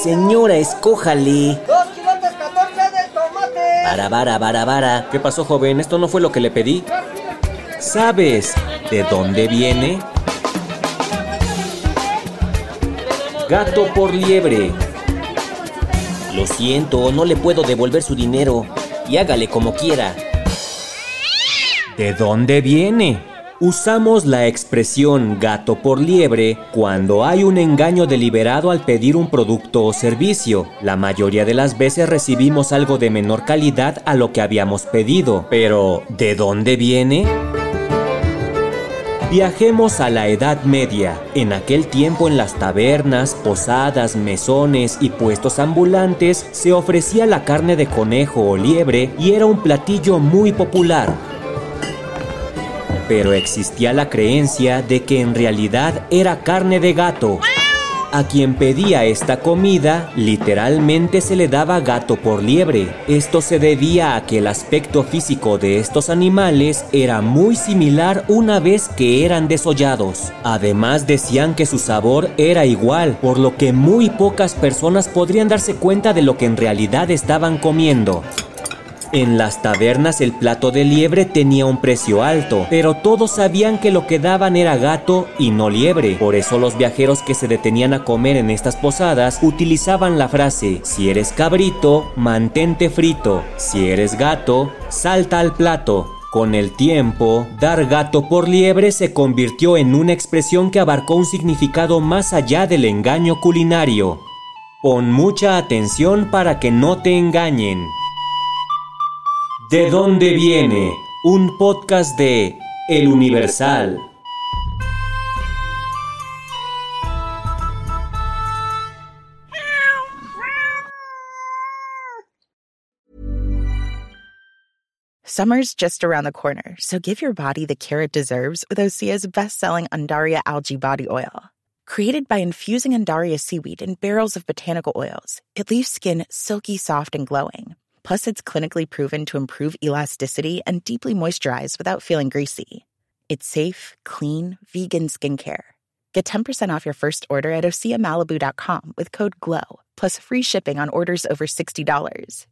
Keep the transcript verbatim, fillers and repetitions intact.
Señora, escójale. Dos quilotes catorce de tomate. Vara, vara, vara, vara. ¿Qué pasó, joven? ¿Esto no fue lo que le pedí? ¿Sabes de dónde viene? Gato por liebre. Lo siento, no le puedo devolver su dinero. Y hágale como quiera. ¿De dónde viene? Usamos la expresión gato por liebre cuando hay un engaño deliberado al pedir un producto o servicio. La mayoría de las veces recibimos algo de menor calidad a lo que habíamos pedido. Pero, ¿de dónde viene? Viajemos a la Edad Media. En aquel tiempo en las tabernas, posadas, mesones y puestos ambulantes se ofrecía la carne de conejo o liebre y era un platillo muy popular. Pero existía la creencia de que en realidad era carne de gato. A quien pedía esta comida, literalmente se le daba gato por liebre. Esto se debía a que el aspecto físico de estos animales era muy similar una vez que eran desollados. Además, decían que su sabor era igual, por lo que muy pocas personas podrían darse cuenta de lo que en realidad estaban comiendo. En las tabernas el plato de liebre tenía un precio alto, pero todos sabían que lo que daban era gato y no liebre. Por eso los viajeros que se detenían a comer en estas posadas utilizaban la frase: si eres cabrito, mantente frito; si eres gato, salta al plato. Con el tiempo, dar gato por liebre se convirtió en una expresión que abarcó un significado más allá del engaño culinario. Pon mucha atención para que no te engañen. ¿De dónde viene? Un podcast de El Universal. Summer's just around the corner, so give your body the care it deserves with Osea's best-selling Undaria Algae Body Oil. Created by infusing Undaria seaweed in barrels of botanical oils, it leaves skin silky, soft, and glowing. Plus, it's clinically proven to improve elasticity and deeply moisturize without feeling greasy. It's safe, clean, vegan skincare. Get ten percent off your first order at osea malibu dot com with code GLOW, plus free shipping on orders over sixty dollars.